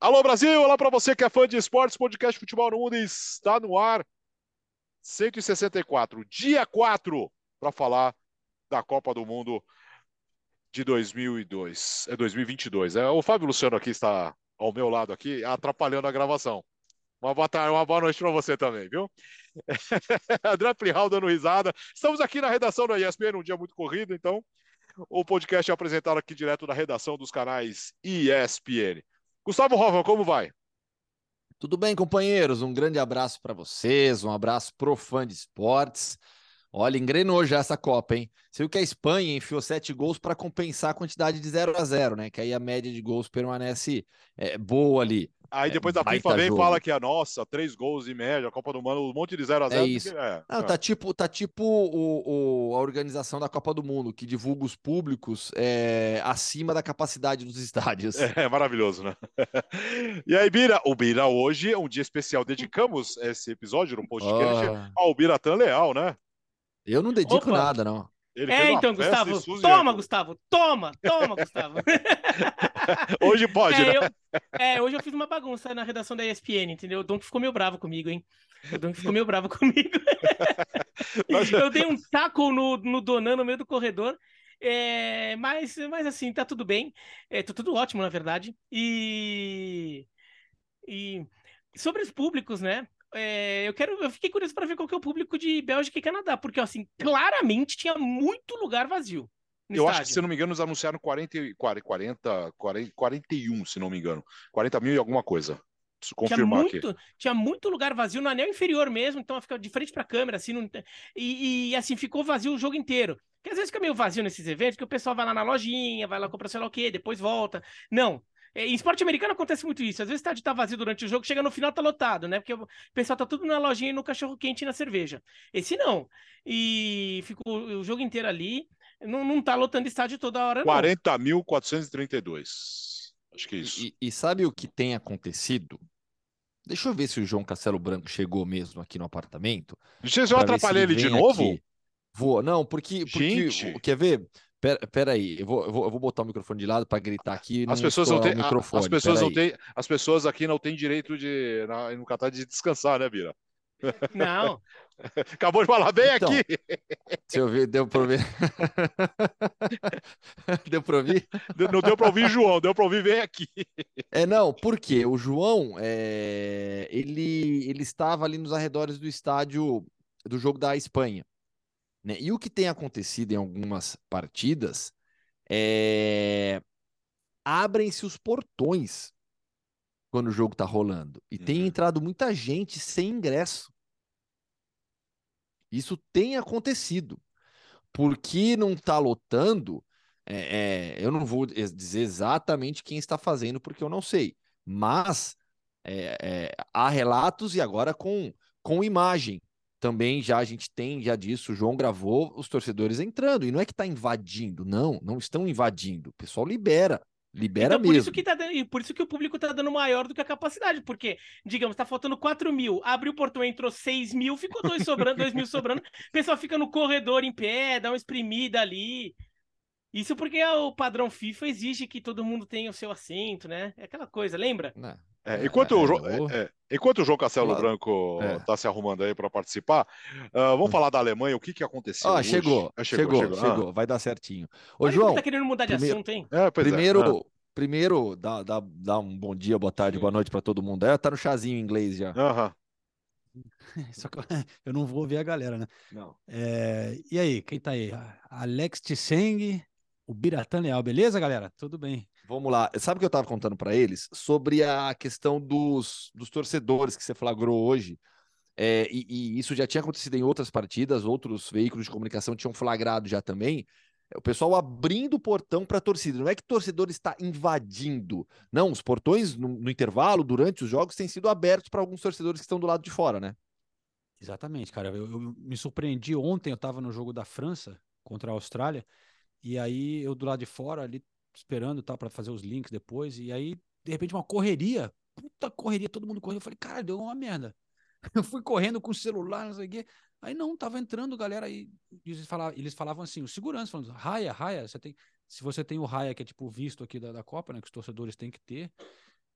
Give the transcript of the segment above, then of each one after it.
Alô Brasil, olá para você que é fã de esportes, podcast Futebol no Mundo está no ar, 164, dia 4, para falar da Copa do Mundo de 2002, 2022. O Fábio Luciano aqui está ao meu lado aqui, atrapalhando a gravação. Uma boa tarde, uma boa noite para você também, viu? André Plihal dando risada. Estamos aqui na redação da ESPN, um dia muito corrido, então o podcast é apresentado aqui direto da redação dos canais ESPN. Gustavo Hoffman, como vai? Tudo bem, companheiros? Um grande abraço para vocês, um abraço pro fã de esportes. Olha, engrenou já essa Copa, hein? Você viu que a Espanha enfiou 7 gols para compensar a quantidade de 0-0, né? Que aí a média de gols permanece boa ali. Aí depois a FIFA Baita vem e fala jogo. que nossa, 3 gols em média, a Copa do Mundo, um monte de 0 a É 0 isso. é, Não, é. tá tipo a organização da Copa do Mundo, que divulga os públicos acima da capacidade dos estádios. É maravilhoso, né? E aí, Bira, o Bira hoje é um dia especial. Dedicamos esse episódio no podcast Ah, ao Biratan Leal, né? eu não dedico Opa! nada, não. Ele fez uma Então, festa em Gustavo. Suzy. Toma, Gustavo. Toma, Gustavo. Hoje pode, né? É, hoje eu fiz uma bagunça na redação da ESPN, entendeu? O Donk ficou meio bravo comigo, hein? O Donk ficou meio bravo comigo. Mas, Eu dei um taco no Donan no meio do corredor. Mas assim, tá tudo bem. Tá tudo ótimo, na verdade. E sobre os públicos, né? Eu fiquei curioso para ver qual que é o público de Bélgica e Canadá, porque assim, claramente tinha muito lugar vazio no eu acho que, se estádio. não me engano, eles anunciaram 41, se não me engano. 40 mil e alguma coisa. Preciso Tinha confirmar aqui. muito, tinha muito lugar vazio no anel inferior mesmo, então fica de frente para a câmera, assim, assim, ficou vazio o jogo inteiro. Porque às vezes fica meio vazio nesses eventos, que o pessoal vai lá na lojinha, vai lá comprar sei lá o quê, depois volta. Não. Em esporte americano acontece muito isso. Às vezes o estádio tá vazio durante o jogo, chega no final tá lotado, né? Porque o pessoal tá tudo na lojinha e no cachorro quente e na cerveja. Esse não. E ficou o jogo inteiro ali. Não tá lotando estádio toda hora, não. 40.432. Acho que é isso. E sabe o que tem acontecido? Deixa eu ver se o João Castelo Branco chegou mesmo aqui no apartamento, Vocês vão para ver se atrapalhar ele ele de vem novo? aqui. Vou, não, porque Gente, quer ver? Pera aí, eu vou botar o microfone de lado para gritar aqui e as não pessoas não estourar o têm, as microfone. pessoas Pera não aí. têm, as pessoas aqui não têm direito no Catar de descansar, né, Bira? Não. Acabou de falar bem aqui. Então, se eu ver, deu para ouvir? Deu para ouvir? Não deu para ouvir João, deu para ouvir bem aqui. Não, porque o João, ele estava ali nos arredores do estádio do jogo da Espanha, né? E o que tem acontecido em algumas partidas abrem-se os portões quando o jogo tá rolando. E tem Uhum. entrado muita gente sem ingresso. Isso tem acontecido. Porque não tá lotando, eu não vou dizer exatamente quem está fazendo, porque eu não sei. Mas há relatos e agora com imagem. Também já a gente tem já disso, o João gravou os torcedores entrando. E não é que está invadindo, não estão invadindo. O pessoal libera Então, por isso que mesmo. tá dando, e por isso que o público tá dando maior do que a capacidade, porque, digamos, tá faltando 4 mil, abriu o portão, entrou 6 mil, ficou 2 mil sobrando, o pessoal fica no corredor em pé, dá uma espremida ali. Isso porque o padrão FIFA exige que todo mundo tenha o seu assento, né? É aquela coisa, lembra? Né? Enquanto o João Castelo Lá- Branco é. está se arrumando aí para participar, vamos falar da Alemanha. O que que aconteceu Ó, hoje? chegou, Chegou, chegou, chegou. chegou, vai dar certinho. Ô, Olha como ele tá João, querendo mudar de primeiro, assunto, hein? Pois é. primeiro, dá um bom dia, boa tarde, boa noite para todo mundo. Tá no chazinho em inglês já. Aham. Só que eu não vou ver a galera, né? Não. E aí, quem tá aí? Alex Tseng, o Biratan Leal, beleza, galera? Tudo bem. Vamos lá. Sabe o que eu estava contando para eles? Sobre a questão dos torcedores que você flagrou hoje. E isso já tinha acontecido em outras partidas, outros veículos de comunicação tinham flagrado já também. O pessoal abrindo o portão para a torcida. Não é que o torcedor está invadindo. Não, os portões no intervalo, durante os jogos, têm sido abertos para alguns torcedores que estão do lado de fora, né? Exatamente, cara. Eu me surpreendi ontem, eu tava no jogo da França contra a Austrália, e aí eu do lado de fora ali esperando tal para fazer os links depois, e aí de repente uma correria, puta correria, todo mundo correndo. Eu falei, cara, deu uma merda. Eu fui correndo com o celular, não sei o quê. Aí não, tava entrando galera aí, eles falavam assim, o segurança falando, raia, se você tem o raia que é tipo o visto aqui da Copa, né, que os torcedores têm que ter,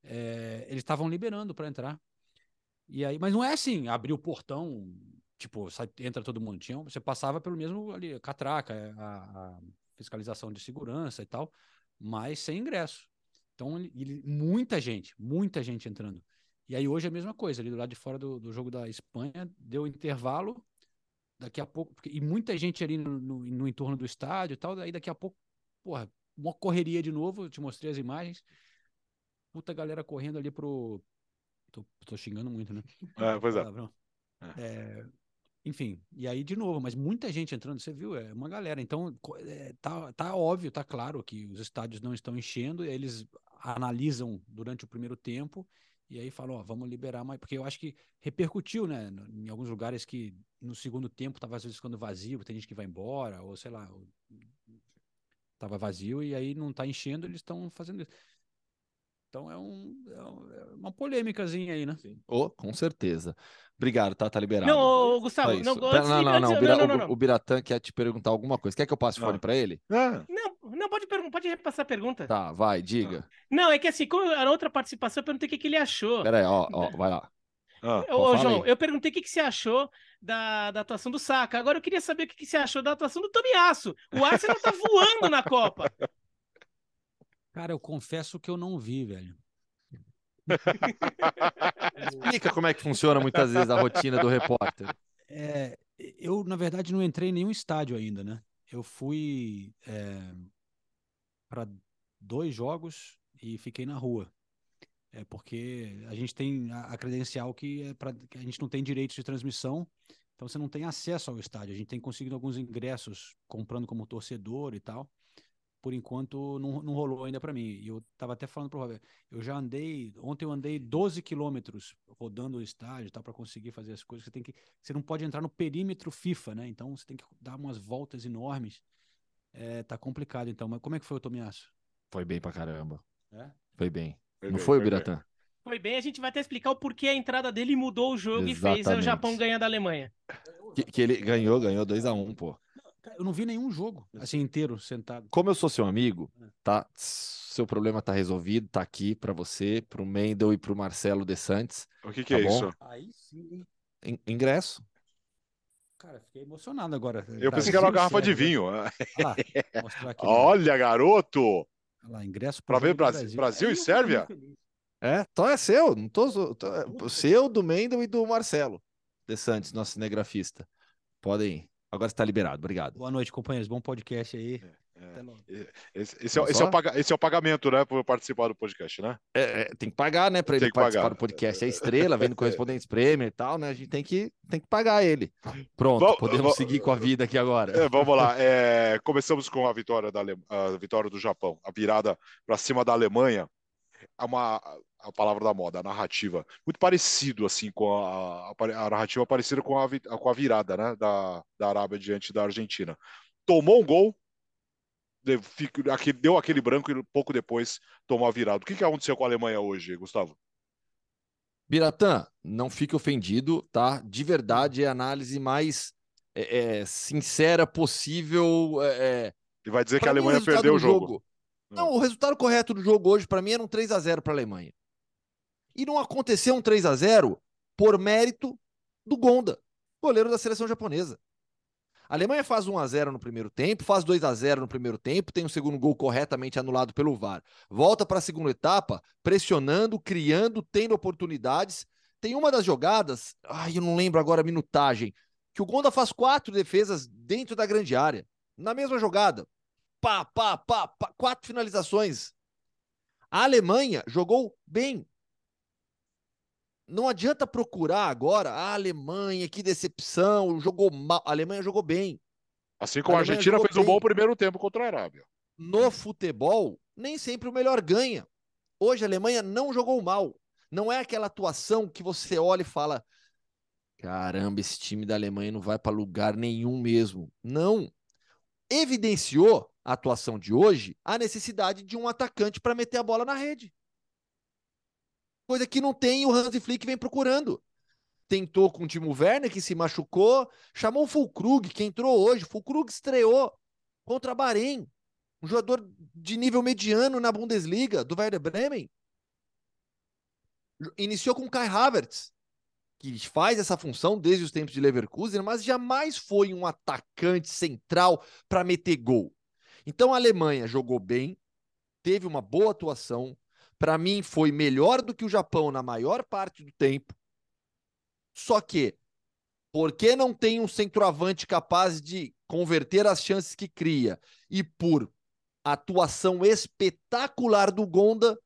eles estavam liberando para entrar. E aí, mas não é assim, abrir o portão, tipo, entra todo mundo. Você passava pelo mesmo ali, catraca, a fiscalização de segurança e tal, mas sem ingresso. Então, muita gente entrando. E aí hoje é a mesma coisa, ali do lado de fora do jogo da Espanha, deu intervalo, daqui a pouco, e muita gente ali no entorno do estádio e tal, daí daqui a pouco, porra, uma correria de novo, eu te mostrei as imagens, puta galera correndo ali pro... Tô xingando muito, né? Pois é. Palavrão. Enfim, e aí de novo, mas muita gente entrando, você viu, é uma galera. Então, tá óbvio, tá claro que os estádios não estão enchendo, eles analisam durante o primeiro tempo e aí falam, ó, vamos liberar mais, porque eu acho que repercutiu, né, em alguns lugares que no segundo tempo tava às vezes ficando vazio, tem gente que vai embora, ou sei lá, tava vazio e aí não tá enchendo, eles estão fazendo isso. Então é uma polêmicazinha aí, né? Sim. Oh, com certeza. Obrigado, tá liberado. Não, Só Gustavo, isso. não, antes de... Não. Não. O Biratã quer te perguntar alguma coisa. Quer que eu passe fone para ele? Não, pode repassar a pergunta. Tá, vai, diga. Não, é que assim, como a outra participação, eu perguntei o que ele achou. Pera aí, ó, vai lá. Ô, João, eu perguntei o que você achou da atuação do Saka. Agora eu queria saber o que você achou da atuação do Tomiyasu. O Arsenal tá voando na Copa. Cara, eu confesso que eu não vi, velho. Explica como é que funciona muitas vezes a rotina do repórter. Eu, na verdade, não entrei em nenhum estádio ainda, né? Eu fui para 2 jogos e fiquei na rua. Porque a gente tem a credencial que a gente não tem direitos de transmissão, então você não tem acesso ao estádio. A gente tem conseguido alguns ingressos comprando como torcedor e tal. Por enquanto não rolou ainda para mim. E eu tava até falando pro Roberto, ontem eu andei 12 quilômetros rodando o estádio, tá, para conseguir fazer as coisas. Você não pode entrar no perímetro FIFA, né? Então você tem que dar umas voltas enormes. Tá complicado então. Mas como é que foi o Tomiyasu? Foi bem pra caramba. Foi bem. Foi Não bem, foi, foi Biratã? Foi bem, a gente vai até explicar o porquê a entrada dele mudou o jogo e fez o Exatamente. Japão ganhar da Alemanha. Que ele ganhou 2-1, pô. Eu não vi nenhum jogo, assim, inteiro, sentado. Como eu sou seu amigo, tá? Seu problema tá resolvido, tá aqui pra você, pro Mendel e pro Marcelo De Santis. O que tá é bom? isso? Aí sim. Ingresso. Cara, fiquei emocionado agora. Eu pensei que era uma garrafa de Sérvia. vinho. Olha lá, mostrar aqui. Olha, garoto! Olha lá, ingresso Pra pro ver jogo do Brasil Aí e eu fico Sérvia? muito feliz. Então é seu, não tô, seu, do Mendel e do Marcelo De Santis, nosso cinegrafista. Podem ir. Agora está liberado, obrigado. Boa noite, companheiros. Bom podcast aí. Até logo. Esse é o pagamento, né, por participar do podcast, né? Tem que pagar, né, para ele Tem que participar pagar. do podcast. É estrela, vendo correspondentes prêmio e tal, né? A gente tem que pagar ele. Pronto, podemos seguir com a vida aqui agora. Vamos lá. Começamos com a vitória a vitória do Japão, a virada para cima da Alemanha. A palavra da moda, a narrativa. Muito parecido, assim, com a narrativa parecida com a virada, né, da Arábia diante da Argentina. Tomou um gol, deu aquele branco e pouco depois tomou a virada. O que aconteceu com a Alemanha hoje, Gustavo? Biratã, não fique ofendido, tá? De verdade, é a análise mais sincera possível. E vai dizer que Pra a mim, Alemanha perdeu o jogo. Não, o resultado correto do jogo hoje, para mim, era um 3-0 para a Alemanha. E não aconteceu um 3-0 por mérito do Gonda, goleiro da seleção japonesa. A Alemanha faz 1-0 no primeiro tempo, faz 2-0 no primeiro tempo, tem o segundo gol corretamente anulado pelo VAR. Volta para a segunda etapa, pressionando, criando, tendo oportunidades. Tem uma das jogadas, eu não lembro agora a minutagem, que o Gonda faz 4 defesas dentro da grande área. Na mesma jogada. 4 finalizações. A Alemanha jogou bem. Não adianta procurar agora a Alemanha, que decepção, jogou mal. A Alemanha jogou bem. Assim como a Argentina fez um bom primeiro tempo contra a Arábia. No futebol, nem sempre o melhor ganha. Hoje a Alemanha não jogou mal. Não é aquela atuação que você olha e fala: caramba, esse time da Alemanha não vai para lugar nenhum mesmo. Não. Evidenciou a atuação de hoje a necessidade de um atacante para meter a bola na rede. Coisa que não tem e o Hansi Flick vem procurando. Tentou com o Timo Werner, que se machucou, chamou o Füllkrug, que entrou hoje. O Füllkrug estreou contra Bahrein, um jogador de nível mediano na Bundesliga, do Werder Bremen. Iniciou com Kai Havertz, que faz essa função desde os tempos de Leverkusen, mas jamais foi um atacante central para meter gol. Então a Alemanha jogou bem, teve uma boa atuação, para mim foi melhor do que o Japão na maior parte do tempo, só que, porque não tem um centroavante capaz de converter as chances que cria, e por atuação espetacular do Gonda,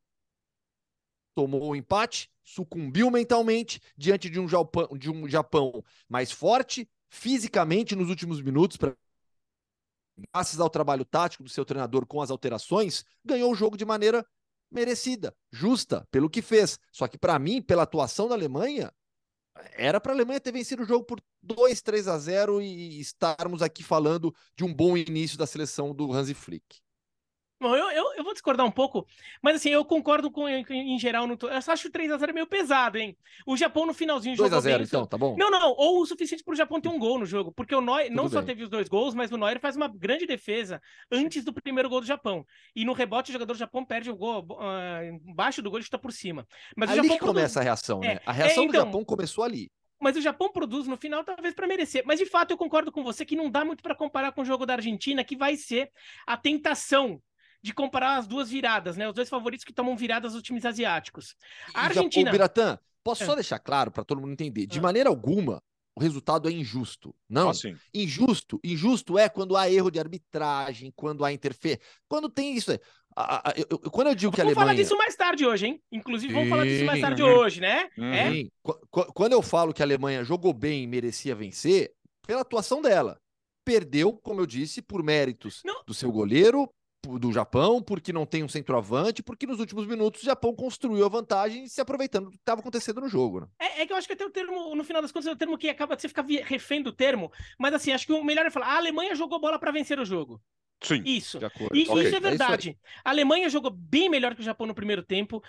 tomou o empate, sucumbiu mentalmente diante de um Japão mais forte, fisicamente nos últimos minutos, graças ao trabalho tático do seu treinador com as alterações, ganhou o jogo de maneira merecida, justa, pelo que fez. Só que para mim, pela atuação da Alemanha, era para a Alemanha ter vencido o jogo por 2-3-0 e estarmos aqui falando de um bom início da seleção do Hansi Flick. Bom, eu vou discordar um pouco, mas assim, eu concordo com em geral. Eu só acho o 3x0 meio pesado, hein? O Japão no finalzinho jogou 2-0, bem. então, tá bom? Não, ou o suficiente para o Japão ter um gol no jogo, porque o Neuer não Tudo só bem. teve os 2 gols, mas o Neuer faz uma grande defesa antes do primeiro gol do Japão. E no rebote o jogador do Japão perde o gol embaixo do gol e chuta por cima. Mas Ali o Japão que começa a reação, né? A reação do Japão começou ali. Mas o Japão produz no final, talvez para merecer. Mas de fato, eu concordo com você que não dá muito para comparar com o jogo da Argentina, que vai ser a tentação de comparar as duas viradas, né? Os dois favoritos que tomam viradas dos times asiáticos. A Argentina. Ô, Biratã, posso só deixar claro para todo mundo entender? De maneira alguma, o resultado é injusto. Não. Sim. Injusto é quando há erro de arbitragem, quando há interferência. Quando tem isso. Quando eu digo que a Alemanha. Vamos falar disso mais tarde hoje, hein? Inclusive, vamos falar disso mais tarde hoje, né? Sim. Quando eu falo que a Alemanha jogou bem e merecia vencer, pela atuação dela. Perdeu, como eu disse, por méritos do seu goleiro, do Japão, porque não tem um centroavante, porque nos últimos minutos o Japão construiu a vantagem se aproveitando do que estava acontecendo no jogo. Né? É que eu acho que até o termo, no final das contas, é o termo que acaba de você ficar refém do termo, mas assim, acho que o melhor é falar, a Alemanha jogou bola para vencer o jogo. Sim. Isso. De acordo. E Okay, isso é verdade. A Alemanha jogou bem melhor que o Japão no primeiro tempo.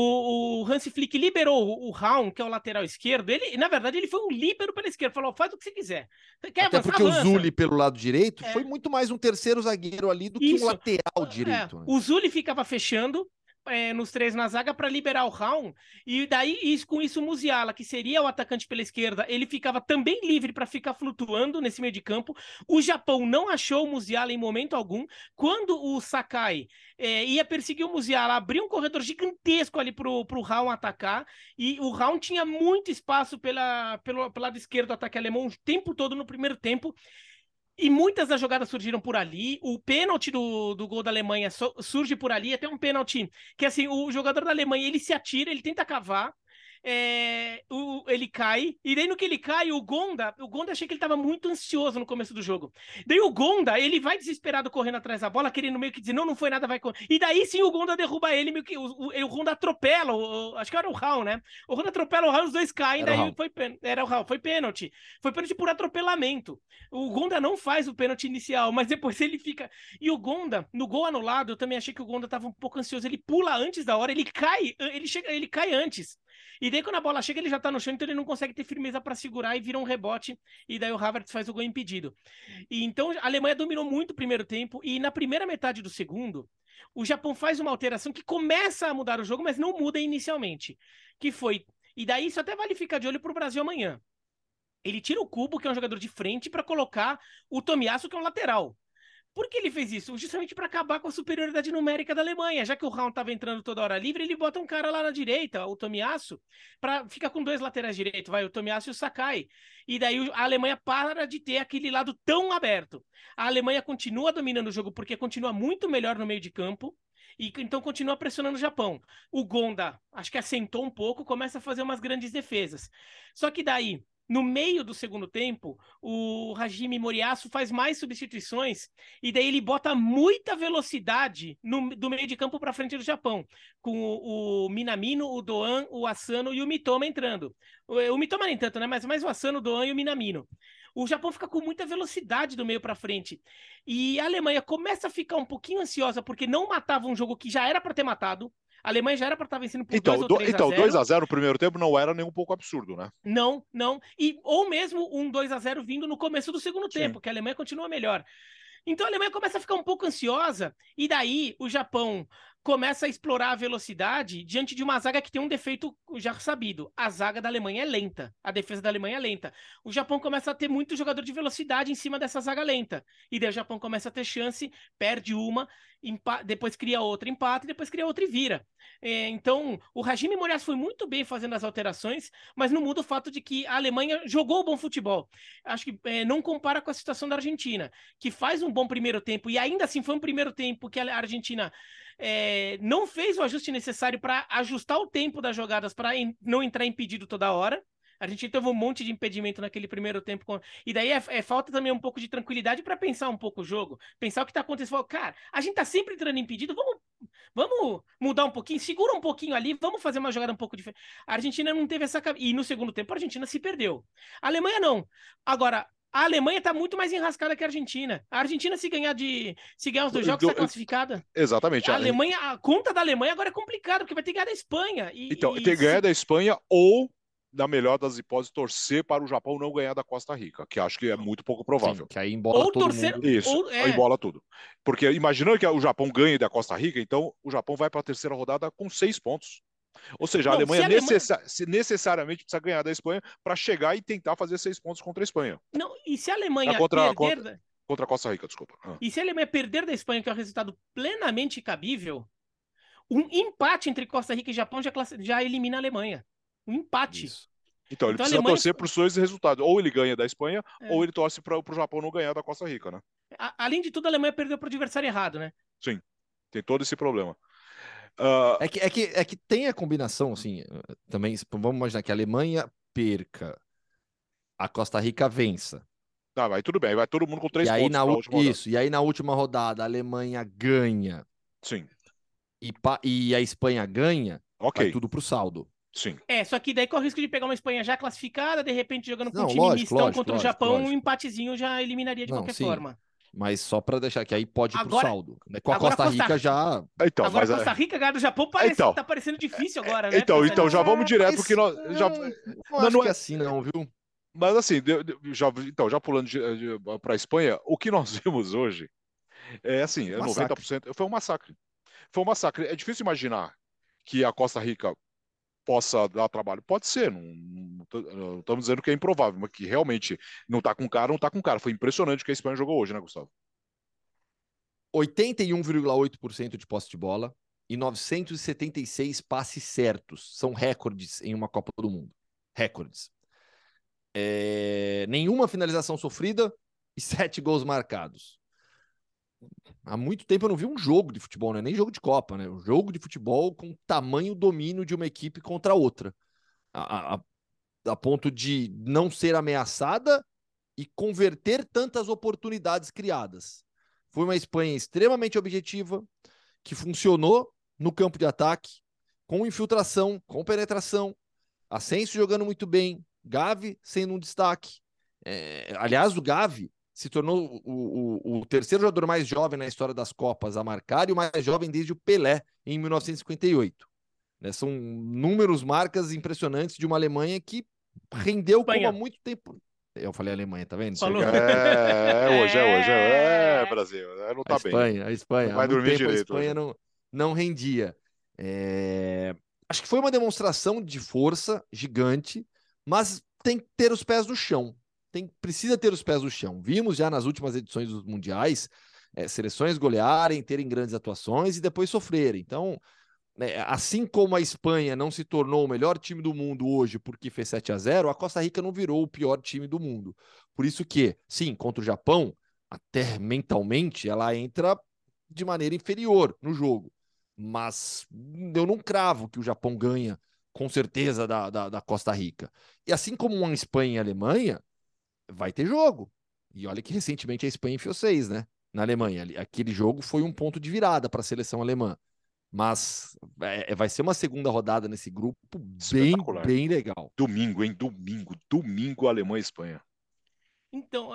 O Hansi Flick liberou o Raum, que é o lateral esquerdo. Ele, na verdade, ele foi um líbero pela esquerda. Falou, faz o que você quiser. Quer Até avançar, porque avança. O Zulli pelo lado direito foi muito mais um terceiro zagueiro ali do que um lateral direito. Né? O Zulli ficava fechando nos 3 na zaga para liberar o Raum, e daí com isso o Musiala, que seria o atacante pela esquerda, ele ficava também livre para ficar flutuando nesse meio de campo. O Japão não achou o Musiala em momento algum. Quando o Sakai ia perseguir o Musiala, abriu um corredor gigantesco ali pro Raum atacar, e o Raum tinha muito espaço pelo lado esquerdo do ataque alemão o tempo todo no primeiro tempo. E muitas das jogadas surgiram por ali. O pênalti do gol da Alemanha surge por ali. Até um pênalti que, assim, o jogador da Alemanha, ele se atira, ele tenta cavar. Ele cai, e daí no que ele cai, o Gonda achei que ele tava muito ansioso no começo do jogo. Daí o Gonda, ele vai desesperado correndo atrás da bola, querendo meio que dizer, não foi nada, vai... E daí sim o Gonda derruba ele, meio que o Gonda atropela, acho que era o Raul, né? O Gonda atropela o Raul, os dois caem, daí era o Raul, foi pênalti. Foi pênalti por atropelamento. O Gonda não faz o pênalti inicial, mas depois ele fica... E o Gonda, no gol anulado, eu também achei que o Gonda tava um pouco ansioso, ele pula antes da hora, ele cai antes. E daí quando a bola chega ele já tá no chão, então ele não consegue ter firmeza para segurar e vira um rebote, e daí o Havertz faz o gol impedido. E então a Alemanha dominou muito o primeiro tempo, e na primeira metade do segundo, o Japão faz uma alteração que começa a mudar o jogo, mas não muda inicialmente, que foi, e daí isso até vale ficar de olho pro Brasil amanhã. Ele tira o Kubo, que é um jogador de frente, para colocar o Tomiyasu, que é um lateral. Por que ele fez isso? Justamente para acabar com a superioridade numérica da Alemanha. Já que o Raum estava entrando toda hora livre, ele bota um cara lá na direita, o Tomiyasu, para ficar com 2 laterais direitos, vai o Tomiyasu e o Sakai. E daí a Alemanha para de ter aquele lado tão aberto. A Alemanha continua dominando o jogo porque continua muito melhor no meio de campo. E então continua pressionando o Japão. O Gonda, acho que assentou um pouco, começa a fazer umas grandes defesas. Só que daí, no meio do segundo tempo, o Hajime Moriyasu faz mais substituições e daí ele bota muita velocidade do meio de campo para frente do Japão, com o Minamino, o Doan, o Asano e o Mitoma entrando. O Mitoma nem tanto, né? Mas mais o Asano, o Doan e o Minamino. O Japão fica com muita velocidade do meio para frente. E a Alemanha começa a ficar um pouquinho ansiosa porque não matava um jogo que já era para ter matado. A Alemanha já era para estar vencendo por 2 ou 3 a 0. Então, 2x0 no primeiro tempo não era nem um pouco absurdo, né? Não. Ou mesmo um 2x0 vindo no começo do segundo tempo, que a Alemanha continua melhor. Então a Alemanha começa a ficar um pouco ansiosa, e daí o Japão começa a explorar a velocidade diante de uma zaga que tem um defeito já sabido. A zaga da Alemanha é lenta, a defesa da Alemanha é lenta. O Japão começa a ter muito jogador de velocidade em cima dessa zaga lenta. E daí o Japão começa a ter chance, perde uma, depois cria outra, empata, e depois cria outra e vira. Então, o Hajime Moriyasu foi muito bem fazendo as alterações, mas não muda o fato de que a Alemanha jogou bom futebol. Acho que não compara com a situação da Argentina, que faz um bom primeiro tempo, e ainda assim foi um primeiro tempo que a Argentina não fez o ajuste necessário para ajustar o tempo das jogadas para não entrar impedido toda hora. A gente teve um monte de impedimento naquele primeiro tempo. E daí falta também um pouco de tranquilidade para pensar um pouco o jogo. Pensar o que está acontecendo. Cara, a gente está sempre entrando impedido. Vamos mudar um pouquinho. Segura um pouquinho ali. Vamos fazer uma jogada um pouco diferente. A Argentina não teve essa... E no segundo tempo a Argentina se perdeu. A Alemanha não. Agora... A Alemanha está muito mais enrascada que a Argentina. A Argentina, se ganhar os 2 jogos, está classificada. Exatamente. A Alemanha, a conta da Alemanha agora é complicada, porque vai ter que ganhar da Espanha. Então, ter que ganhar da Espanha ou, na melhor das hipóteses, torcer para o Japão não ganhar da Costa Rica, que acho que é muito pouco provável. Sim, que aí embola todo mundo. Isso, embola tudo. Porque imaginando que o Japão ganhe da Costa Rica, então o Japão vai para a terceira rodada com 6 pontos. Ou seja, a Alemanha necessariamente precisa ganhar da Espanha para chegar e tentar fazer 6 pontos contra a Espanha. Não, e se a Alemanha contra a Costa Rica, desculpa. E se a Alemanha perder da Espanha, que é um resultado plenamente cabível, um empate entre Costa Rica e Japão já elimina a Alemanha. Um empate. Isso. Então ele precisa torcer para os 2 resultados. Ou ele ganha da Espanha, ou ele torce para o Japão não ganhar da Costa Rica, né? Além de tudo, a Alemanha perdeu para o adversário errado, né? Sim, tem todo esse problema. É que tem a combinação, assim, também, vamos imaginar que a Alemanha perca, a Costa Rica vença. Tá, vai tudo bem, vai todo mundo com 3 pontos na última rodada. Isso, e aí na última rodada a Alemanha ganha. Sim. E a Espanha ganha, vai tudo pro saldo. Sim. Só que daí corre o risco de pegar uma Espanha já classificada, de repente jogando com um time mistão contra o Japão, um empatezinho já eliminaria de qualquer forma. Mas só para deixar que aí pode ir pro saldo. Com a Costa Rica já... Então, agora Costa Rica ganhar do Japão tá parecendo difícil agora, né? Então já vamos direto, porque nós... Não acho que é assim não, viu? Mas assim, já pulando para a Espanha, o que nós vimos hoje é assim, 90% foi um massacre. Foi um massacre. É difícil imaginar que a Costa Rica possa dar trabalho. Pode ser, não estamos dizendo que é improvável, mas que realmente não está com cara. Foi impressionante o que a Espanha jogou hoje, né, Gustavo? 81,8% de posse de bola e 976 passes certos. São recordes em uma Copa do Mundo. Recordes. Nenhuma finalização sofrida e 7 gols marcados. Há muito tempo eu não vi um jogo de futebol, né? Nem jogo de Copa, né? Um jogo de futebol com tamanho domínio de uma equipe contra outra. A ponto de não ser ameaçada e converter tantas oportunidades criadas. Foi uma Espanha extremamente objetiva, que funcionou no campo de ataque, com infiltração, com penetração, Asensio jogando muito bem, Gavi sendo um destaque. Aliás, o Gavi se tornou o terceiro jogador mais jovem na história das Copas a marcar e o mais jovem desde o Pelé, em 1958. São números, marcas impressionantes de uma Alemanha que rendeu como há muito tempo. Eu falei Alemanha, tá vendo? Falou. Hoje. Brasil. Não tá bem. A Espanha. Não vai dormir direito. A Espanha não rendia. Acho que foi uma demonstração de força gigante, mas tem que ter os pés no chão. Precisa ter os pés no chão. Vimos já nas últimas edições dos mundiais seleções golearem, terem grandes atuações e depois sofrerem. Então, assim como a Espanha não se tornou o melhor time do mundo hoje porque fez 7-0, a Costa Rica não virou o pior time do mundo. Por isso que, sim, contra o Japão, até mentalmente, ela entra de maneira inferior no jogo. Mas eu não cravo que o Japão ganha com certeza da Costa Rica. E assim como uma Espanha e Alemanha, vai ter jogo. E olha que recentemente a Espanha enfiou 6, né? Na Alemanha. Aquele jogo foi um ponto de virada para a seleção alemã. Mas vai ser uma segunda rodada nesse grupo bem legal. Domingo, hein? Domingo, Alemanha e Espanha. Então,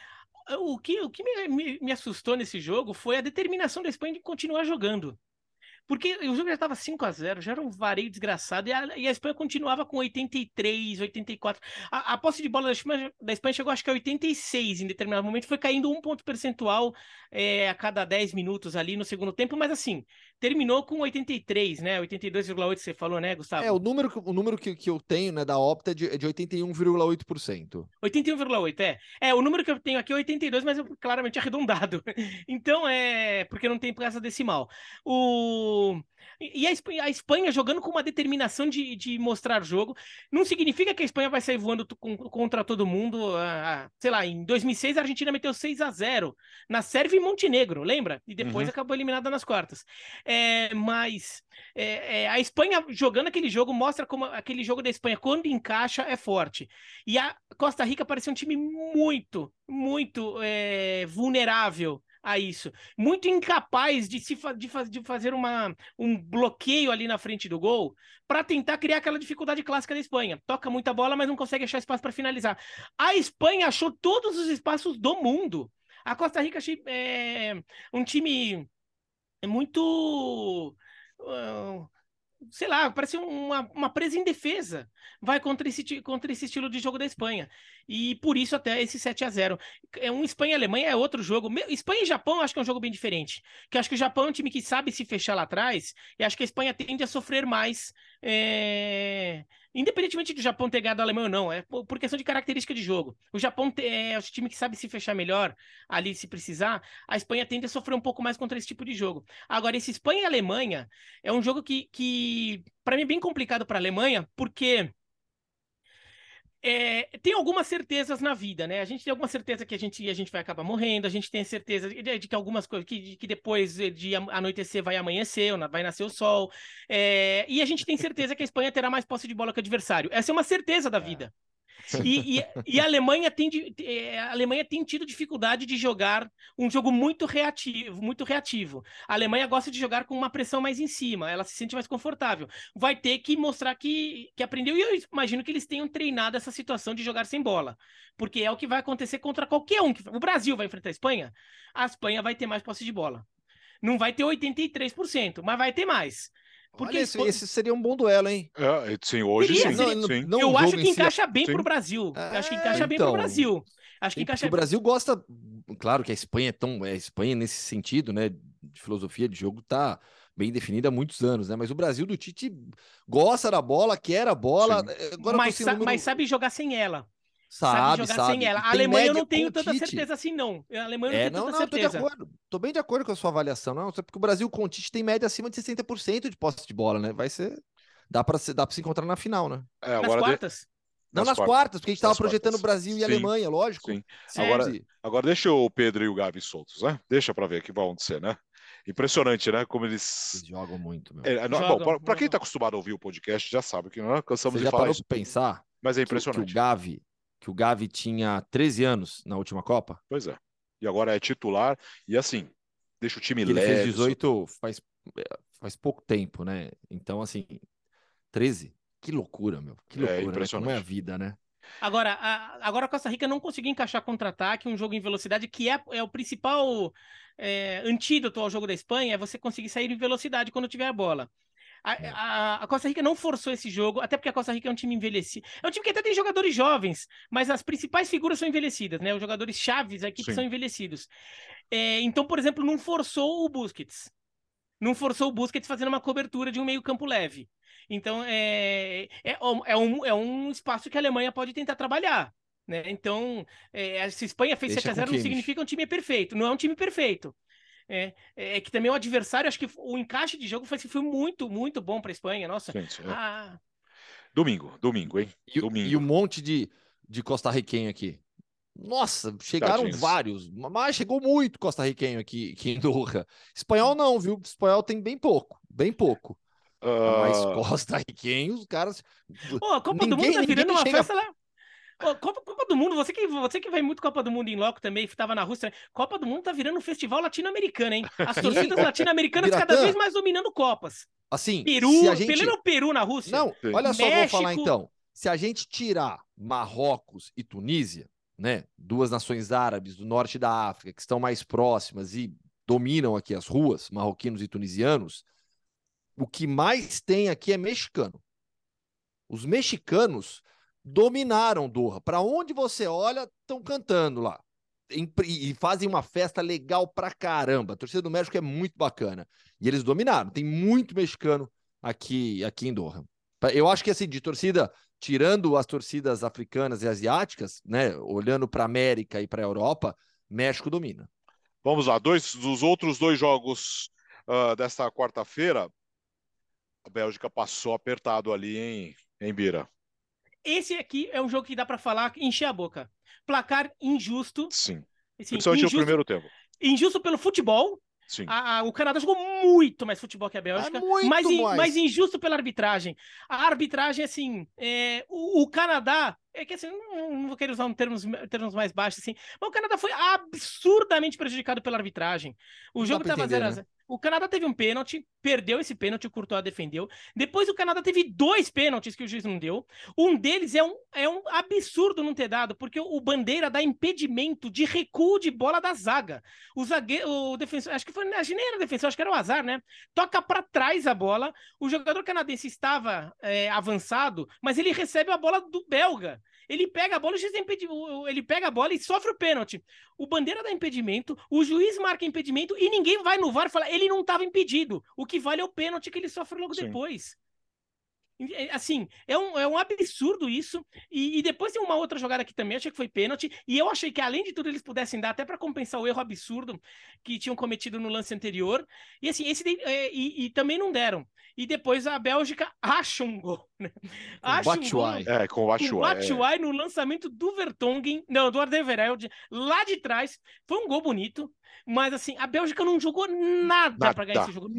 o que me assustou nesse jogo foi a determinação da Espanha de continuar jogando. Porque o jogo já estava 5-0, já era um vareio desgraçado, e a Espanha continuava com 83, 84. A posse de bola da Espanha chegou acho que a 86 em determinado momento, foi caindo 1 ponto percentual a cada 10 minutos ali no segundo tempo, mas assim, terminou com 83, né? 82,8 você falou, né, Gustavo? O número que eu tenho, né, da Opta é de 81,8%. 81,8, o número que eu tenho aqui é 82, mas eu claramente arredondado. Então, porque não tem essa decimal. E a Espanha jogando com uma determinação de mostrar jogo, não significa que a Espanha vai sair voando contra todo mundo. Sei lá, em 2006 a Argentina meteu 6-0 na Sérvia e Montenegro, lembra? E depois acabou eliminada nas quartas. Mas a Espanha jogando aquele jogo mostra como aquele jogo da Espanha, quando encaixa, é forte. E a Costa Rica parecia um time muito, muito vulnerável a isso. Muito incapaz de fazer um bloqueio ali na frente do gol para tentar criar aquela dificuldade clássica da Espanha. Toca muita bola, mas não consegue achar espaço para finalizar. A Espanha achou todos os espaços do mundo. A Costa Rica achei um time muito... sei lá, parece uma presa em defesa. Vai contra esse estilo de jogo da Espanha. E por isso até esse 7-0. Espanha e Alemanha é outro jogo. Espanha e Japão eu acho que é um jogo bem diferente. Que eu acho que o Japão é um time que sabe se fechar lá atrás. E acho que a Espanha tende a sofrer mais. Independentemente do Japão ter ganhado a Alemanha ou não. É por questão de característica de jogo. O Japão é o time que sabe se fechar melhor ali se precisar. A Espanha tende a sofrer um pouco mais contra esse tipo de jogo. Agora, esse Espanha e Alemanha é um jogo que para mim é bem complicado para a Alemanha, porque tem algumas certezas na vida, né? A gente tem alguma certeza que a gente vai acabar morrendo, a gente tem certeza de que algumas coisas, que depois de anoitecer vai amanhecer, vai nascer o sol, e a gente tem certeza que a Espanha terá mais posse de bola que o adversário. Essa é uma certeza da vida. E a Alemanha tem tido dificuldade de jogar um jogo muito reativo, muito reativo. A Alemanha gosta de jogar com uma pressão mais em cima, ela se sente mais confortável. Vai ter que mostrar que aprendeu, e eu imagino que eles tenham treinado essa situação de jogar sem bola, porque é o que vai acontecer contra qualquer um. O Brasil vai enfrentar a Espanha vai ter mais posse de bola. Não vai ter 83%, mas vai ter mais. Porque Olha, esse seria um bom duelo, hein? Sim, hoje seria, sim. Eu acho que encaixa bem pro Brasil. Acho que encaixa bem pro Brasil. Acho que encaixa o Brasil gosta, claro que a Espanha a Espanha nesse sentido, né, de filosofia de jogo tá bem definida há muitos anos, né? Mas o Brasil do Tite gosta da bola, quer a bola. Agora mas sabe jogar sem ela. Sabe sem ela. A Alemanha eu não tenho tanta certeza assim, não. A Alemanha eu não tenho tanta certeza. Tô de acordo. Tô bem de acordo com a sua avaliação, não. Só porque o Brasil com o Tite tem média acima de 60% de posse de bola, né? Vai ser. Dá pra se encontrar na final, né? Nas quartas? Não, nas quartas, porque a gente tava projetando Brasil e Alemanha, lógico. Sim. Agora deixa o Pedro e o Gavi soltos, né? Deixa pra ver o que vai acontecer, né? Impressionante, né? Como eles jogam muito, meu. Bom, para quem tá acostumado a ouvir o podcast, já sabe que nós cansamos de falar isso. Você já parou pra pensar? Mas é impressionante. Que o Gavi tinha 13 anos na última Copa? Pois é. E agora é titular. E assim, deixa o time leve. Ele fez 18 faz pouco tempo, né? Então, assim, 13? Que loucura, meu. Que loucura, impressionante. Né? Como é a vida, né? Agora a Costa Rica não conseguiu encaixar contra-ataque, um jogo em velocidade, que é o principal antídoto ao jogo da Espanha, é você conseguir sair em velocidade quando tiver a bola. A Costa Rica não forçou esse jogo, até porque a Costa Rica é um time envelhecido. É um time que até tem jogadores jovens, mas as principais figuras são envelhecidas, né? Os jogadores chaves aqui são envelhecidos. Então, por exemplo, não forçou o Busquets. Não forçou o Busquets fazendo uma cobertura de um meio-campo leve. Então, é um espaço que a Alemanha pode tentar trabalhar. Né? Então, se a Espanha fez 7-0, não significa que um time é perfeito. Não é um time perfeito. Que também o adversário, acho que o encaixe de jogo foi muito, muito bom para a Espanha. Nossa. Domingo, hein? E um monte de costarriquenho aqui. Nossa, chegaram vários, mas chegou muito costarriquenho aqui em Doha. Espanhol não, viu? Espanhol tem bem pouco. Mas costarriquenhos, os caras... A Copa do Mundo tá virando uma festa lá. Copa do Mundo, você que vai muito Copa do Mundo em loco também, estava na Rússia, Copa do Mundo tá virando um festival latino-americano, hein? As torcidas latino-americanas cada vez mais dominando Copas. Assim, Peru, Pelé no Peru, na Rússia. Não, olha só, vou falar então. Se a gente tirar Marrocos e Tunísia, né, duas nações árabes do norte da África que estão mais próximas e dominam aqui as ruas, marroquinos e tunisianos, o que mais tem aqui é mexicano. Os mexicanos dominaram Doha. Para onde você olha, estão cantando lá. E fazem uma festa legal pra caramba. A torcida do México é muito bacana. E eles dominaram. Tem muito mexicano aqui em Doha. Eu acho que, assim, de torcida, tirando as torcidas africanas e asiáticas, né, olhando para América e para Europa, México domina. Vamos lá, dos outros 2 jogos desta quarta-feira, a Bélgica passou apertado ali em Bira. Esse aqui é um jogo que dá pra falar, encher a boca. Placar injusto. Sim. Assim, Principalmente no primeiro tempo. Injusto pelo futebol. Sim. O Canadá jogou muito mais futebol que a Bélgica, mas injusto pela arbitragem. A arbitragem, assim, o Canadá, é que assim, não vou querer usar termos mais baixos, assim, mas o Canadá foi absurdamente prejudicado pela arbitragem. O jogo estava 0-0. Né? O Canadá teve um pênalti, perdeu esse pênalti, o Courtois defendeu. Depois o Canadá teve 2 pênaltis que o juiz não deu. Um deles é um absurdo não ter dado, porque o Bandeira dá impedimento de recuo de bola da zaga. O defensor, acho que nem era defensor, acho que era o azar, né? Toca para trás a bola. O jogador canadense estava avançado, mas ele recebe a bola do belga. Ele pega a bola, ele pega a bola e sofre o pênalti. O Bandeira dá impedimento, o juiz marca impedimento e ninguém vai no VAR e fala, ele não estava impedido. O que vale é o pênalti que ele sofre logo depois. Assim, é um absurdo isso. E depois tem uma outra jogada que também achei que foi pênalti. E eu achei que, além de tudo, eles pudessem dar até para compensar o erro absurdo que tinham cometido no lance anterior. E assim, e também não deram. E depois a Bélgica acha um gol. Né? Acha um gol. Com o Batshuayi no lançamento do Vertonghen, não, do Alderweireld, lá de trás. Foi um gol bonito. Mas assim, a Bélgica não jogou nada para ganhar esse jogo.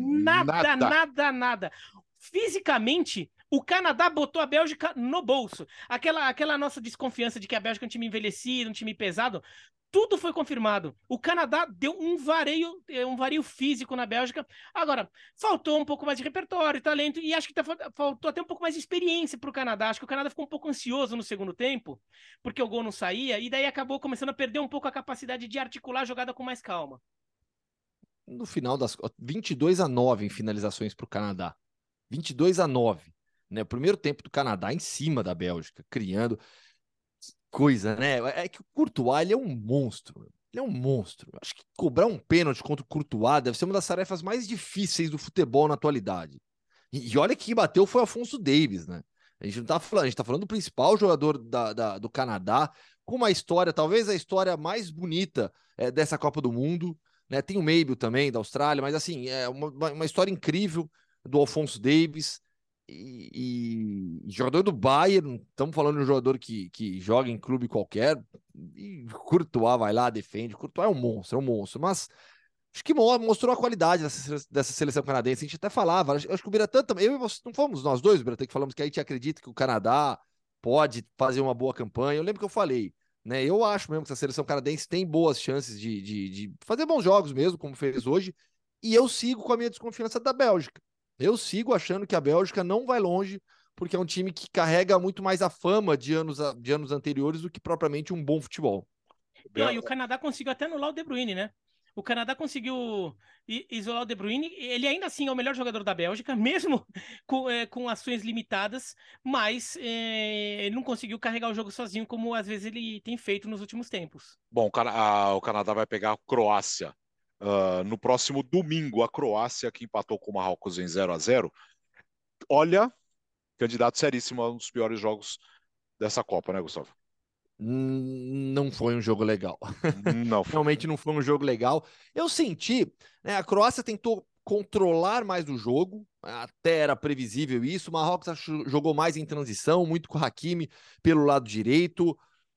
Nada. Fisicamente, o Canadá botou a Bélgica no bolso. Aquela nossa desconfiança de que a Bélgica é um time envelhecido, um time pesado, tudo foi confirmado. O Canadá deu um vareio físico na Bélgica. Agora, faltou um pouco mais de repertório, talento, e acho que faltou até um pouco mais de experiência para o Canadá. Acho que o Canadá ficou um pouco ansioso no segundo tempo, porque o gol não saía, e daí acabou começando a perder um pouco a capacidade de articular a jogada com mais calma. No final das 22-9 em finalizações para o Canadá. 22-9, né? O primeiro tempo do Canadá em cima da Bélgica, criando coisa, né? É que o Courtois, ele é um monstro. Ele é um monstro. Acho que cobrar um pênalti contra o Courtois deve ser uma das tarefas mais difíceis do futebol na atualidade. E olha que bateu foi o Alphonso Davies, né? A gente não tá falando, a gente tá falando do principal jogador do Canadá, com uma história, talvez a história mais bonita dessa Copa do Mundo, né? Tem o Mabel também, da Austrália, mas assim, é uma história incrível do Alphonso Davies e jogador do Bayern. Estamos falando de um jogador que joga em clube qualquer, e Courtois vai lá, defende. Courtois é um monstro, mas acho que mostrou a qualidade dessa seleção canadense. A gente até falava, acho que o Biratã também, eu e você, não fomos nós dois, Biratã, que falamos que a gente acredita que o Canadá pode fazer uma boa campanha. Eu lembro que eu falei, né? Eu acho mesmo que essa seleção canadense tem boas chances de fazer bons jogos mesmo, como fez hoje, e eu sigo com a minha desconfiança da Bélgica. Eu sigo achando que a Bélgica não vai longe, porque é um time que carrega muito mais a fama de anos anteriores do que propriamente um bom futebol. E o Canadá conseguiu até anular o De Bruyne, né? O Canadá conseguiu isolar o De Bruyne. Ele ainda assim é o melhor jogador da Bélgica, mesmo com ações limitadas, mas ele não conseguiu carregar o jogo sozinho, como às vezes ele tem feito nos últimos tempos. Bom, o Canadá vai pegar a Croácia. No próximo domingo, a Croácia, que empatou com o Marrocos em 0-0. Olha, candidato seríssimo a um dos piores jogos dessa Copa, né, Gustavo? Não foi um jogo legal. Não foi. Realmente não foi um jogo legal. Eu senti, né, a Croácia tentou controlar mais o jogo, até era previsível isso. O Marrocos jogou mais em transição, muito com o Hakimi pelo lado direito.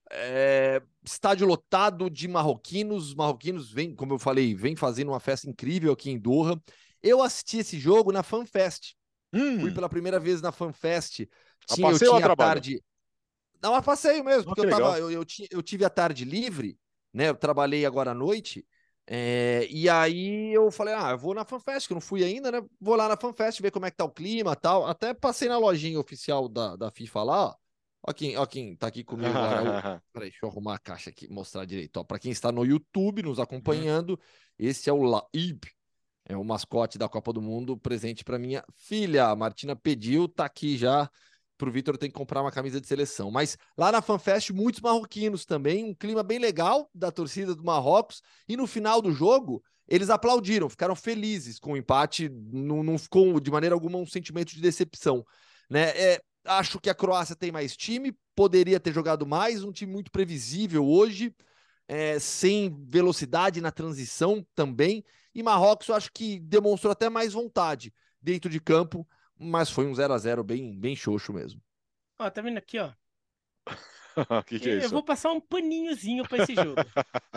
Estádio lotado de marroquinos. Os marroquinos vêm, como eu falei, vêm fazendo uma festa incrível aqui em Doha. Eu assisti esse jogo na FanFest. Fui pela primeira vez na FanFest. Eu tinha a tarde. Não, a passeio mesmo, porque eu tive a tarde livre, né? Eu trabalhei agora à noite. E aí eu falei, eu vou na FanFest, que eu não fui ainda, né? Vou lá na FanFest ver como é que tá o clima e tal. Até passei na lojinha oficial da FIFA lá, ó. Ó quem tá aqui comigo agora. Peraí, deixa eu arrumar a caixa aqui, mostrar direito. Ó, pra quem está no YouTube nos acompanhando, esse é o Laib. É o mascote da Copa do Mundo, presente para minha filha. A Martina pediu, tá aqui já. Pro Vitor tem que comprar uma camisa de seleção. Mas lá na FanFest, muitos marroquinos também, um clima bem legal da torcida do Marrocos. E no final do jogo, eles aplaudiram, ficaram felizes com o empate. Não ficou, de maneira alguma, um sentimento de decepção. Né? Acho que a Croácia tem mais time, poderia ter jogado mais, um time muito previsível hoje, sem velocidade na transição também. E Marrocos, eu acho que demonstrou até mais vontade dentro de campo, mas foi um 0-0 bem xoxo mesmo. Ó, tá vendo aqui, ó? Que é Eu isso? vou passar um paninhozinho pra esse jogo.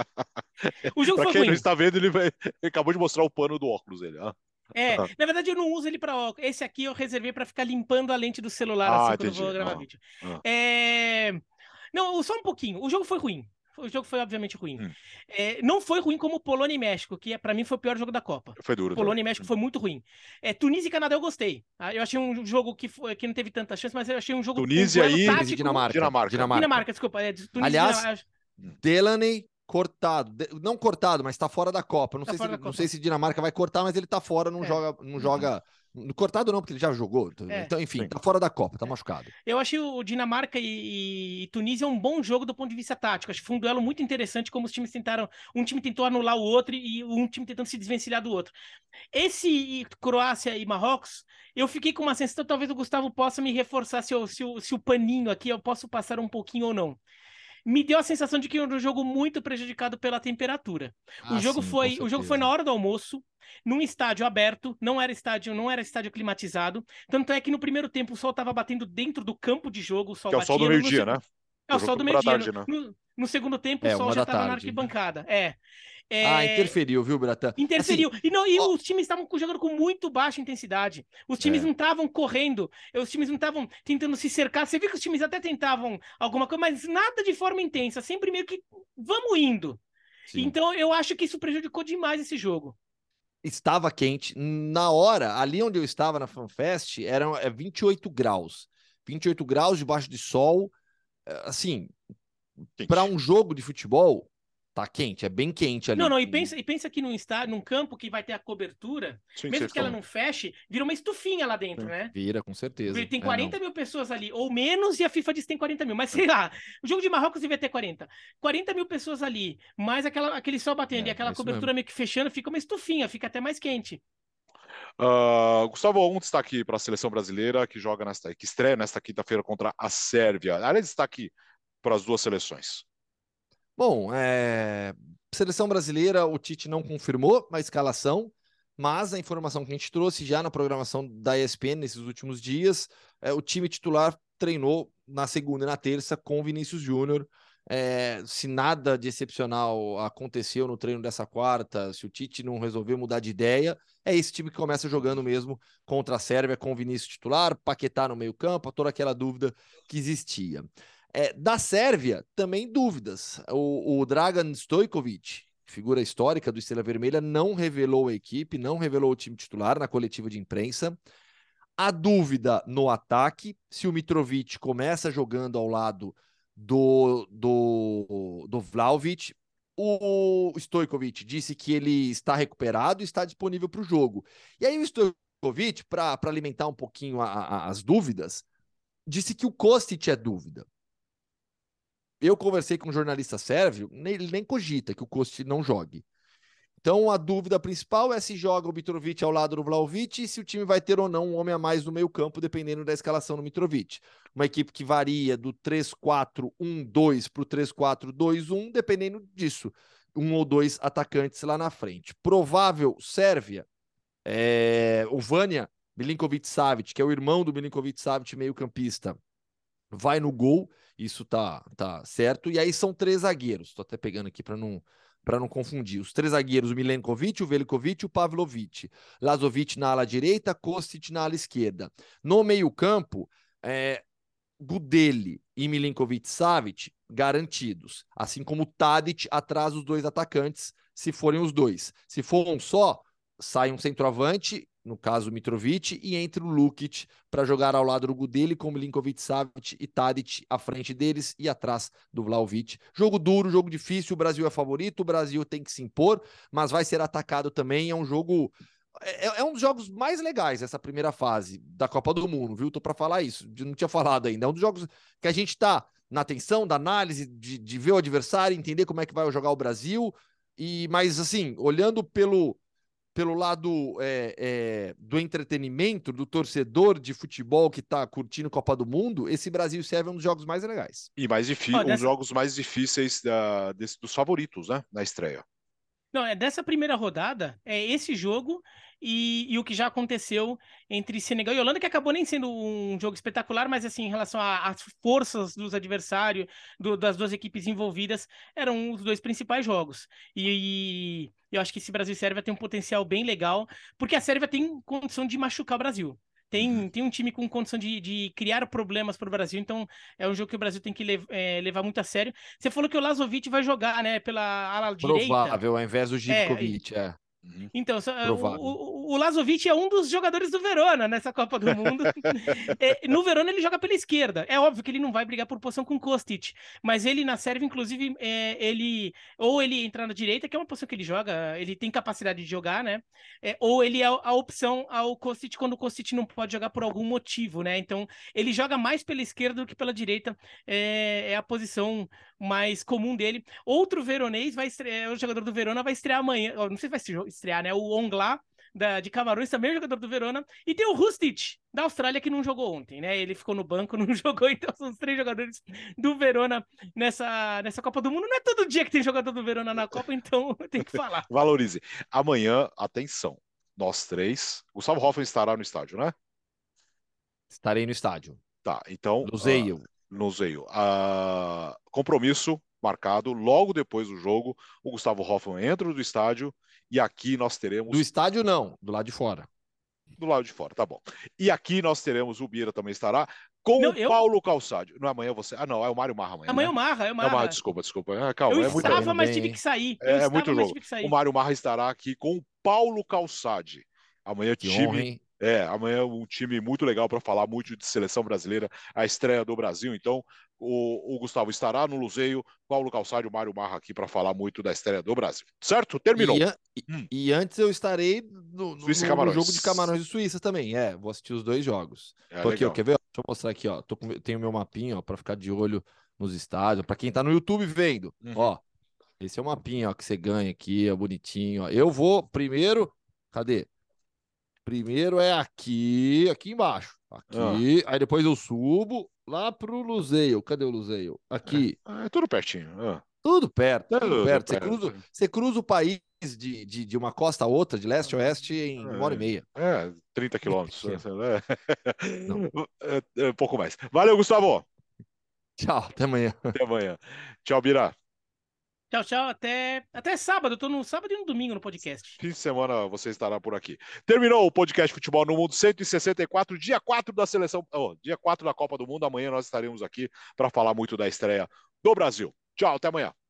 O jogo Pra foi quem não ruim. está vendo, ele acabou de mostrar o pano do óculos, ele. Na verdade eu não uso ele para óculos. Esse aqui eu reservei para ficar limpando a lente do celular assim quando eu Entendi. vou gravar vídeo. Ah. Não, só um pouquinho. O jogo foi ruim. O jogo foi obviamente ruim. Hum. Não foi ruim como Polônia e México, que para mim foi o pior jogo da Copa. Foi duro. Polônia e México foi muito ruim. Tunísia e Canadá eu gostei. Eu achei um jogo que não teve tanta chance, mas eu achei um jogo Tunísia com duelo e tático. Dinamarca, desculpa. Tunísia Aliás, Delaney cortado. Não cortado, mas tá fora da Copa. Não sei se Dinamarca vai cortar, mas ele tá fora, não joga. Cortado não, porque ele já jogou. Então, enfim, tá fora da Copa, tá machucado. Eu achei o Dinamarca e Tunísia um bom jogo do ponto de vista tático. Acho que foi um duelo muito interessante, como os times tentaram. Um time tentou anular o outro e um time tentando se desvencilhar do outro. Esse Croácia e Marrocos, eu fiquei com uma sensação, talvez o Gustavo possa me reforçar se o paninho aqui eu posso passar um pouquinho ou não. Me deu a sensação de que era um jogo muito prejudicado pela temperatura. O jogo foi na hora do almoço, num estádio aberto, não era estádio climatizado. Tanto é que no primeiro tempo o sol estava batendo dentro do campo de jogo, o sol que é o sol do meio-dia, né? É o sol do meio-dia. Né? No segundo tempo o sol já estava na arquibancada. Interferiu, viu, Bratan? Interferiu. Assim, e os times estavam jogando com muito baixa intensidade. Os times não estavam correndo, os times não estavam tentando se cercar. Você viu que os times até tentavam alguma coisa, mas nada de forma intensa. Sempre meio que vamos indo. Sim. Então eu acho que isso prejudicou demais esse jogo. Estava quente. Na hora, ali onde eu estava na FanFest, eram 28 graus. 28 graus debaixo de sol. Assim, para um jogo de futebol, tá quente, é bem quente ali. Não, e pensa que num estádio, num campo que vai ter a cobertura, mesmo que ela não feche, vira uma estufinha lá dentro, né? Vira, com certeza. Tem 40 mil pessoas ali, ou menos, e a FIFA diz que tem 40 mil, mas sei lá, o jogo de Marrocos devia ter 40. 40 mil pessoas ali, mais aquele sol batendo e aquela cobertura meio que fechando, fica uma estufinha, fica até mais quente. Gustavo, um destaque para a seleção brasileira que estreia nesta quinta-feira contra a Sérvia. Área de destaque para as duas seleções. Bom, seleção brasileira, o Tite não confirmou a escalação, mas a informação que a gente trouxe já na programação da ESPN nesses últimos dias, o time titular treinou na segunda e na terça com o Vinícius Júnior. Se nada de excepcional aconteceu no treino dessa quarta, se o Tite não resolveu mudar de ideia, é esse time que começa jogando mesmo contra a Sérvia com o Vinícius titular, Paquetá no meio-campo, toda aquela dúvida que existia. Da Sérvia, também dúvidas. O Dragan Stojkovic, figura histórica do Estrela Vermelha, não revelou a equipe, não revelou o time titular na coletiva de imprensa. A dúvida no ataque, se o Mitrovic começa jogando ao lado do Vlahovic. O Stojkovic disse que ele está recuperado e está disponível para o jogo. E aí o Stojkovic, para alimentar um pouquinho as dúvidas, disse que o Kostic é dúvida. Eu conversei com um jornalista sérvio, ele nem cogita que o Kostic não jogue. Então, a dúvida principal é se joga o Mitrovic ao lado do Vlahovic e se o time vai ter ou não um homem a mais no meio campo, dependendo da escalação do Mitrovic. Uma equipe que varia do 3-4-1-2 para o 3-4-2-1, dependendo disso. Um ou dois atacantes lá na frente. Provável Sérvia, o Vanja Milinkovic-Savic, que é o irmão do Milinkovic-Savic, meio-campista, vai no gol, isso tá certo. E aí são 3 zagueiros. Estou até pegando aqui para não confundir. Os 3 zagueiros, o Milenkovic, o Veljkovic e o Pavlovic. Lazovic na ala direita, Kostic na ala esquerda. No meio-campo, Gudeli e Milinkovic-Savic garantidos. Assim como Tadic atrás dos 2 atacantes, se forem os 2. Se for um só, sai um centroavante, no caso o Mitrovic, e entra o Lukic para jogar ao lado do Gudeli com Milinkovic-Savic e Tadic à frente deles e atrás do Vlahovic. Jogo duro, jogo difícil, o Brasil é favorito, o Brasil tem que se impor, mas vai ser atacado também, é um jogo É um dos jogos mais legais essa primeira fase da Copa do Mundo, viu? Tô para falar isso, não tinha falado ainda. É um dos jogos que a gente tá na atenção, da análise, de ver o adversário, entender como é que vai jogar o Brasil. Mas assim, olhando pelo lado do entretenimento, do torcedor de futebol que tá curtindo Copa do Mundo, esse Brasil e Sérvia é um dos jogos mais legais. E os jogos mais difíceis dos favoritos, né? Na estreia. Não, dessa primeira rodada, é esse jogo e o que já aconteceu entre Senegal e Holanda, que acabou nem sendo um jogo espetacular, mas assim, em relação às forças dos adversários, das duas equipes envolvidas, eram os dois principais jogos. E eu acho que esse Brasil e Sérvia tem um potencial bem legal, porque a Sérvia tem condição de machucar o Brasil. Tem um time com condição de criar problemas para o Brasil, então é um jogo que o Brasil tem que levar muito a sério. Você falou que o Lazovic vai jogar, né, pela ala direita. Provável, ao invés do Givkovic, Então, provável. o Lazovic é um dos jogadores do Verona nessa Copa do Mundo. No Verona ele joga pela esquerda. É óbvio que ele não vai brigar por posição com Kostic, mas ele na Sérvia, inclusive, ele entra na direita, que é uma posição que ele joga, ele tem capacidade de jogar, né? Ou ele é a opção ao Kostic quando o Kostic não pode jogar por algum motivo, né? Então, ele joga mais pela esquerda do que pela direita. É a posição mais comum dele. Outro veronês vai estrear, o jogador do Verona vai estrear amanhã. Não sei se vai estrear, né? O Ongla de Camarões também é jogador do Verona. E tem o Rustic da Austrália que não jogou ontem, né? Ele ficou no banco, não jogou. Então são os 3 jogadores do Verona nessa Copa do Mundo. Não é todo dia que tem jogador do Verona na Copa, então tem que falar. Valorize. Amanhã, atenção, nós 3. Gustavo Hoffmann estará no estádio, né? Estarei no estádio. Tá, então. Luzeio. Compromisso marcado logo depois do jogo. O Gustavo Hoffmann entra do estádio e aqui nós teremos. Do estádio, não, do lado de fora. Do lado de fora, tá bom. E aqui nós teremos, o Bira também estará, com o Paulo Calçadio. Não, amanhã você. Não, é o Mário Marra amanhã. Amanhã, né? é o Marra. Desculpa. Calma. Eu estava, mas tive que sair. É muito jogo. O Mário Marra estará aqui com o Paulo Calçadi. Amanhã amanhã um time muito legal para falar muito de seleção brasileira, a estreia do Brasil. Então, o Gustavo estará no Luzeio, Paulo Calçadi e o Mário Marra aqui para falar muito da estreia do Brasil. Certo? Terminou. E antes eu estarei no jogo de Camarões e Suíça também. Vou assistir os 2 jogos. Tô aqui, ó, quer ver? Deixa eu mostrar aqui, ó. Tenho meu mapinha, ó, para ficar de olho nos estádios. Para quem tá no YouTube vendo, ó. Esse é o mapinha, ó, que você ganha aqui, ó, bonitinho, ó. Eu vou primeiro, cadê? Primeiro é aqui embaixo. Aqui, aí depois eu subo lá pro Luzeio. Cadê o Luzeio? Aqui. É tudo pertinho. Tudo perto. Você cruza o país de uma costa a outra, de leste a oeste, em 1h30. 30 quilômetros. Um pouco mais. Valeu, Gustavo. Tchau, até amanhã. Até amanhã. Tchau, Bira. Tchau. Até sábado. Eu tô no sábado e no domingo no podcast. Fim de semana você estará por aqui. Terminou o podcast Futebol no Mundo 164, dia 4 da seleção. Dia 4 da Copa do Mundo. Amanhã nós estaremos aqui para falar muito da estreia do Brasil. Tchau, até amanhã.